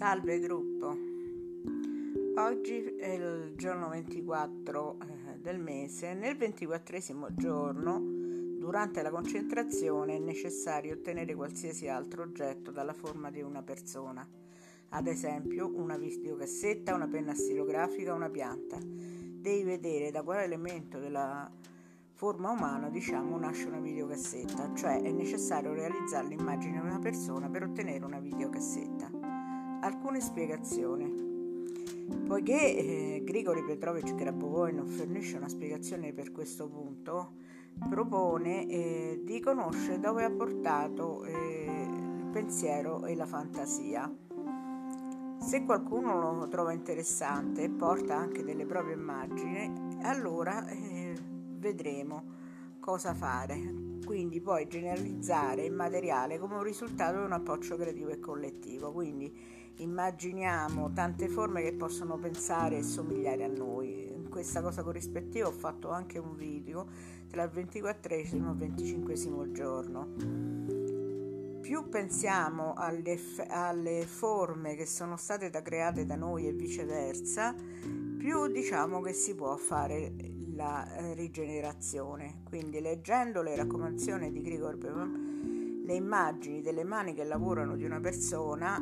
Salve gruppo, oggi è il giorno 24 del mese. Nel 24esimo giorno, durante la concentrazione, è necessario ottenere qualsiasi altro oggetto dalla forma di una persona, ad esempio una videocassetta, una penna stilografica, una pianta. Devi vedere da quale elemento della forma umana, nasce una videocassetta, cioè è necessario realizzare l'immagine di una persona per ottenere una videocassetta. Alcune spiegazioni. Poiché Grigori Petrovich Grabovoi non fornisce una spiegazione per questo punto, propone di conoscere dove ha portato il pensiero e la fantasia. Se qualcuno lo trova interessante e porta anche delle proprie immagini, allora vedremo cosa fare. Quindi poi generalizzare il materiale come un risultato di un approccio creativo e collettivo. Quindi immaginiamo tante forme che possono pensare e somigliare a noi. In questa cosa corrispettiva ho fatto anche un video tra il 24esimo e il 25esimo giorno. Più pensiamo alle forme che sono state create da noi e viceversa, più diciamo che si può fare la rigenerazione. Quindi leggendo le raccomandazioni di Grigor Petrovich, le immagini delle mani che lavorano di una persona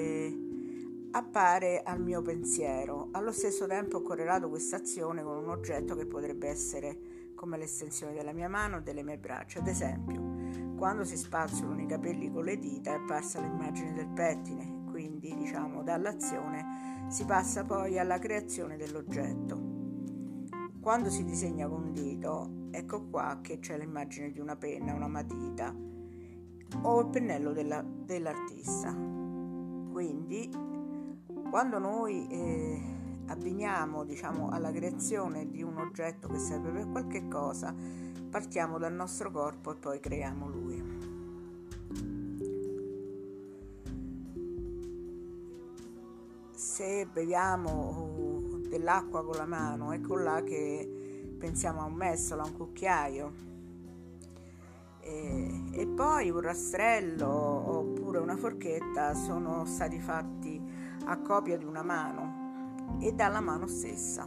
appare al mio pensiero. Allo stesso tempo ho correlato questa azione con un oggetto che potrebbe essere come l'estensione della mia mano o delle mie braccia. Ad esempio, quando si spazzolano i capelli con le dita è apparsa l'immagine del pettine, quindi dall'azione si passa poi alla creazione dell'oggetto. Quando si disegna con un dito, ecco qua che c'è l'immagine di una penna, una matita o il pennello dell'artista. Quindi quando noi abbiniamo alla creazione di un oggetto che serve per qualche cosa, partiamo dal nostro corpo e poi creiamo lui. Se beviamo dell'acqua con la mano, ecco là che pensiamo a un mestolo, a un cucchiaio, e poi un rastrello oppure una forchetta sono stati fatti a copia di una mano e dalla mano stessa.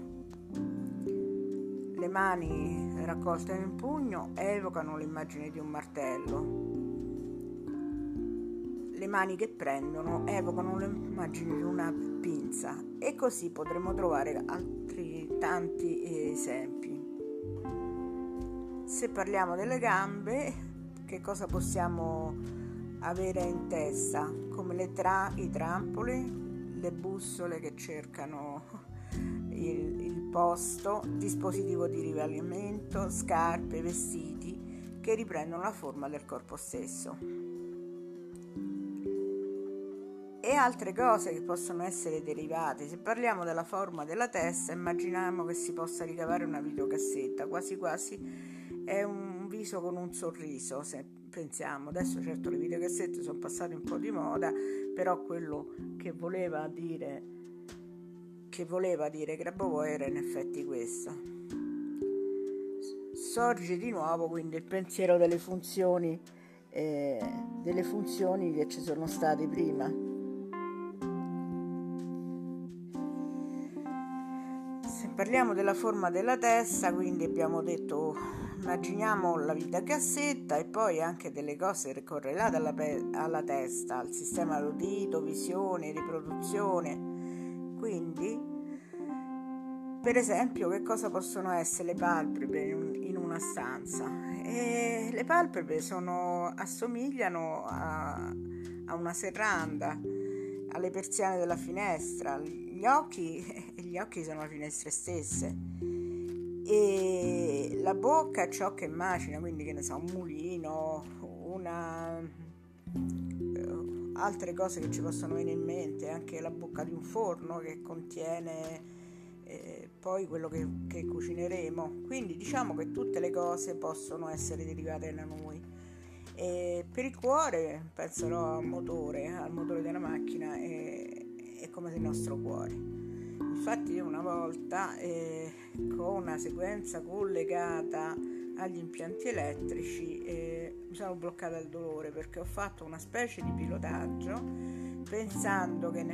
Le mani raccolte in pugno evocano l'immagine di un martello. Le mani che prendono evocano l'immagine di una pinza, e così potremo trovare altri tanti esempi. Se parliamo delle gambe, che cosa possiamo avere in testa? Come i trampoli, le bussole che cercano il posto, dispositivo di rivalimento, scarpe, vestiti che riprendono la forma del corpo stesso. E altre cose che possono essere derivate. Se parliamo della forma della testa, immaginiamo che si possa ricavare una videocassetta, quasi quasi è un viso con un sorriso, se pensiamo. Adesso certo le videocassette sono passate un po' di moda, però quello che voleva dire Grabovoi era in effetti questo. Sorge di nuovo quindi il pensiero delle funzioni che ci sono state prima. Se parliamo della forma della testa, quindi abbiamo detto immaginiamo la videocassetta e poi anche delle cose correlate alla testa, al sistema udito, visione, riproduzione. Quindi, per esempio, che cosa possono essere le palpebre in una stanza? Le palpebre assomigliano a una serranda, alle persiane della finestra. Gli occhi sono le finestre stesse, e la bocca è ciò che immagina, quindi un mulino, altre cose che ci possono venire in mente, anche la bocca di un forno che contiene poi quello che cucineremo. Quindi diciamo che tutte le cose possono essere derivate da noi. E per il cuore penserò al motore della macchina, è come il nostro cuore. Infatti io una volta con una sequenza collegata agli impianti elettrici mi sono bloccata il dolore, perché ho fatto una specie di pilotaggio pensando che in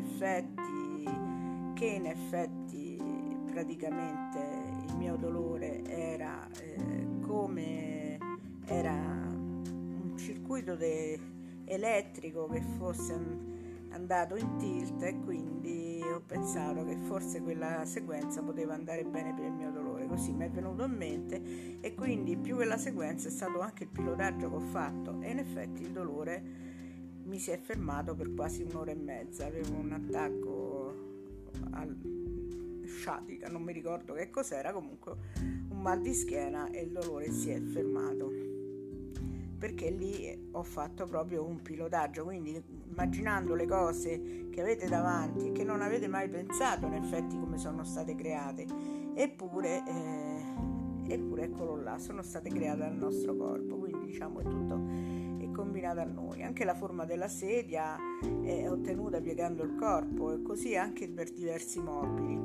effetti praticamente il mio dolore era come era un circuito elettrico che fosse andato in tilt, e quindi ho pensato che forse quella sequenza poteva andare bene per il mio dolore. Così mi è venuto in mente, e quindi più che la sequenza è stato anche il pilotaggio che ho fatto, e in effetti il dolore mi si è fermato per quasi un'ora e mezza. Avevo un attacco al sciatica, non mi ricordo che cos'era, comunque un mal di schiena, e il dolore si è fermato perché lì ho fatto proprio un pilotaggio. Quindi immaginando le cose che avete davanti e che non avete mai pensato in effetti come sono state create, eppure eccolo là, sono state create dal nostro corpo. Quindi diciamo è tutto combinato a noi. Anche la forma della sedia è ottenuta piegando il corpo, e così anche per diversi mobili.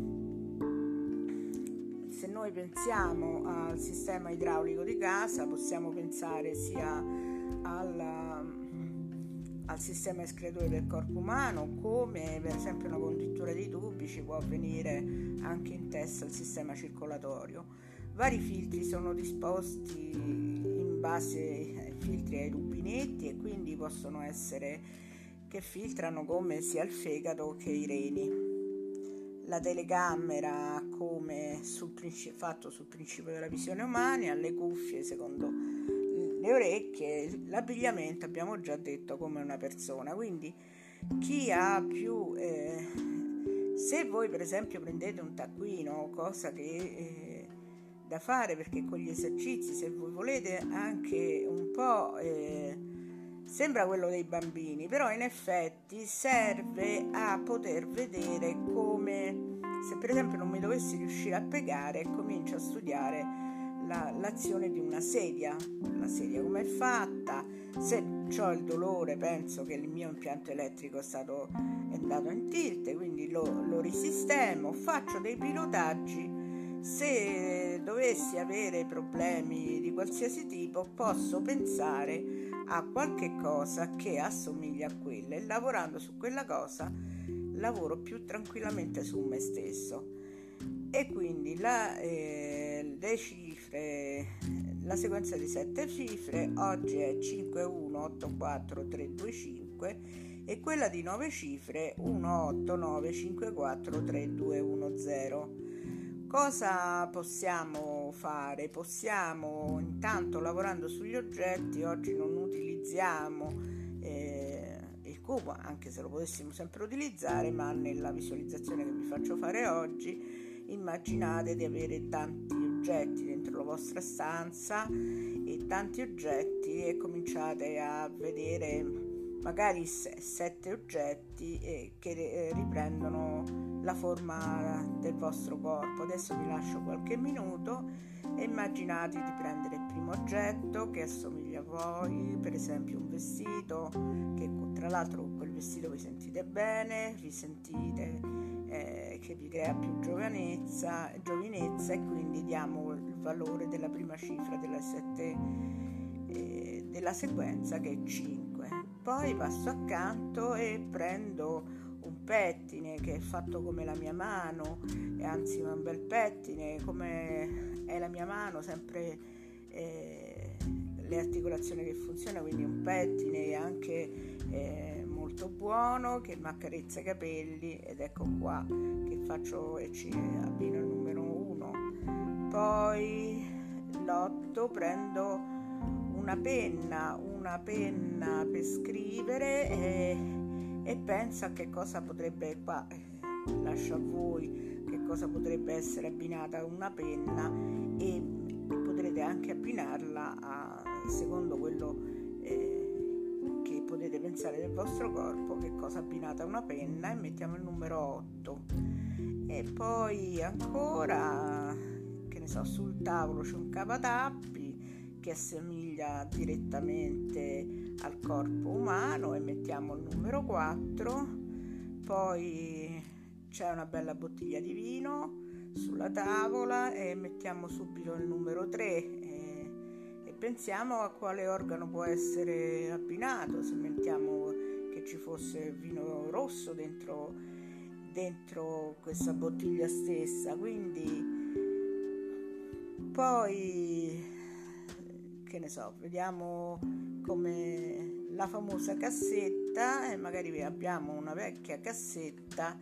Se noi pensiamo al sistema idraulico di casa, possiamo pensare sia al sistema escretore del corpo umano, come per esempio una conduttura di tubi ci può avvenire anche in testa al sistema circolatorio. Vari filtri sono disposti in base ai filtri ai rubinetti, e quindi possono essere che filtrano come sia il fegato che i reni. La telecamera come fatto sul principio della visione umana, le cuffie secondo le orecchie, l'abbigliamento abbiamo già detto come una persona. Quindi chi ha più se voi per esempio prendete un taccuino, cosa che da fare, perché con gli esercizi, se voi volete, anche un po' sembra quello dei bambini, però in effetti serve a poter vedere come, se per esempio non mi dovessi riuscire a piegare, comincio a studiare l'azione di una sedia, la sedia come è fatta. Se ho il dolore, penso che il mio impianto elettrico è andato in tilt, quindi lo risistemo, faccio dei pilotaggi. Se dovessi avere problemi di qualsiasi tipo, posso pensare a qualche cosa che assomiglia a quella, e lavorando su quella cosa lavoro più tranquillamente su me stesso. E quindi le cifre, la sequenza di 7 cifre oggi è 5184325, e quella di 9 cifre 189543210. Cosa possiamo fare? Possiamo intanto, lavorando sugli oggetti, oggi non utilizziamo il cubo, anche se lo potessimo sempre utilizzare, ma nella visualizzazione che vi faccio fare oggi, immaginate di avere tanti oggetti dentro la vostra stanza, e tanti oggetti, e cominciate a vedere magari 7 oggetti che riprendono la forma del vostro corpo. Adesso vi lascio qualche minuto e immaginate di prendere il primo oggetto che assomiglia a voi, per esempio un vestito, che tra l'altro con quel vestito vi sentite bene, vi sentite che vi crea più giovinezza, e quindi diamo il valore della prima cifra della sequenza, che è 5. Poi passo accanto e prendo un pettine che è fatto come la mia mano, e anzi un bel pettine come è la mia mano, sempre le articolazioni che funzionano, quindi un pettine anche molto buono, che mi accarezza i capelli, ed ecco qua che faccio e ci abbino il numero 1. Poi l'8, prendo una penna per scrivere, e penso a che cosa potrebbe, qua lascio a voi, che cosa potrebbe essere abbinata a una penna, e potrete anche abbinarla secondo quello che potete pensare del vostro corpo, che cosa abbinata a una penna, e mettiamo il numero 8. E poi ancora, che ne so, sul tavolo c'è un cavatappi che assomiglia direttamente al corpo umano, e mettiamo il numero 4. Poi c'è una bella bottiglia di vino sulla tavola, e mettiamo subito il numero 3, e pensiamo a quale organo può essere abbinato. Se mettiamo che ci fosse vino rosso dentro questa bottiglia stessa. Quindi poi, che ne so, vediamo come la famosa cassetta, e magari abbiamo una vecchia cassetta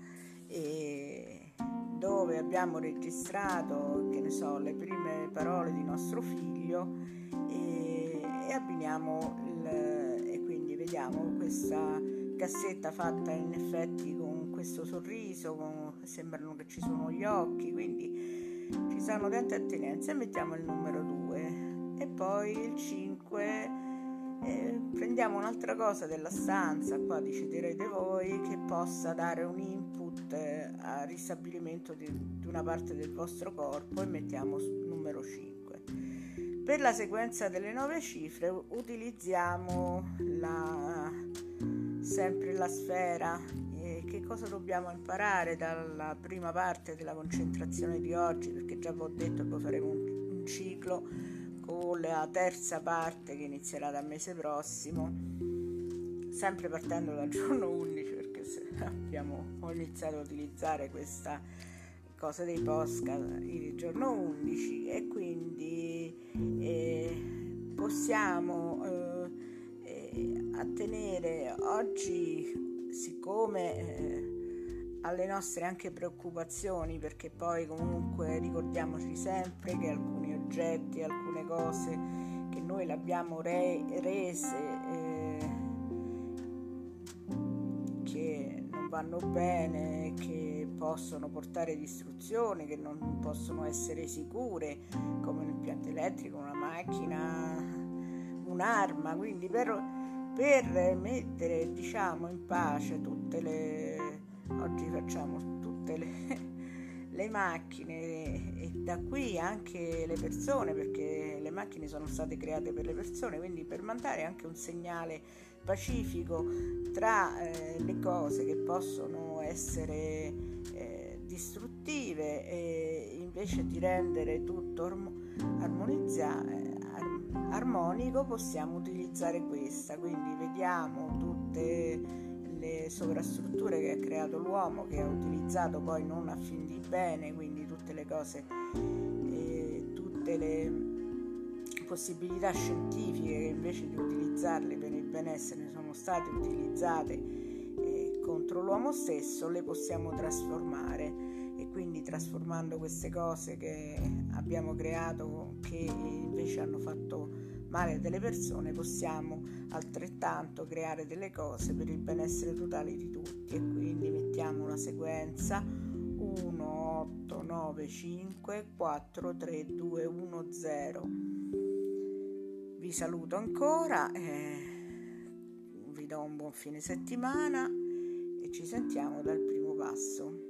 dove abbiamo registrato, che ne so, le prime parole di nostro figlio, e abbiniamo e quindi vediamo questa cassetta fatta in effetti con questo sorriso, sembrano che ci sono gli occhi, quindi ci sono tante attinenze. Mettiamo il numero 2 e poi il 5. Prendiamo un'altra cosa della stanza, qua deciderete voi, che possa dare un input al ristabilimento di una parte del vostro corpo, e mettiamo numero 5. Per la sequenza delle 9 cifre utilizziamo sempre la sfera. Che cosa dobbiamo imparare dalla prima parte della concentrazione di oggi? Perché già vi ho detto che poi faremo un ciclo con la terza parte che inizierà dal mese prossimo, sempre partendo dal giorno 11, perché ho iniziato a utilizzare questa cosa dei podcast il giorno 11, e quindi possiamo attenere oggi, siccome alle nostre anche preoccupazioni, perché poi comunque ricordiamoci sempre che alcuni oggetti, alcune cose che noi l'abbiamo rese che non vanno bene, che possono portare distruzione, che non possono essere sicure, come un impianto elettrico, una macchina, un'arma. Quindi per mettere, diciamo, in pace oggi facciamo tutte le macchine, e da qui anche le persone, perché le macchine sono state create per le persone, quindi per mandare anche un segnale pacifico tra le cose che possono essere distruttive, e invece di rendere tutto armonico, possiamo utilizzare questa. Quindi vediamo tutte le sovrastrutture che ha creato l'uomo, che ha utilizzato poi non a fin di bene, quindi tutte le cose, tutte le possibilità scientifiche che invece di utilizzarle per il benessere sono state utilizzate contro l'uomo stesso, le possiamo trasformare. E quindi trasformando queste cose che abbiamo creato, che invece hanno fatto male delle persone, possiamo altrettanto creare delle cose per il benessere totale di tutti. E quindi mettiamo una sequenza: 1, 8, 9, 5, 4, 3, 2, 1, 0. Vi saluto ancora, vi do un buon fine settimana e ci sentiamo dal primo passo.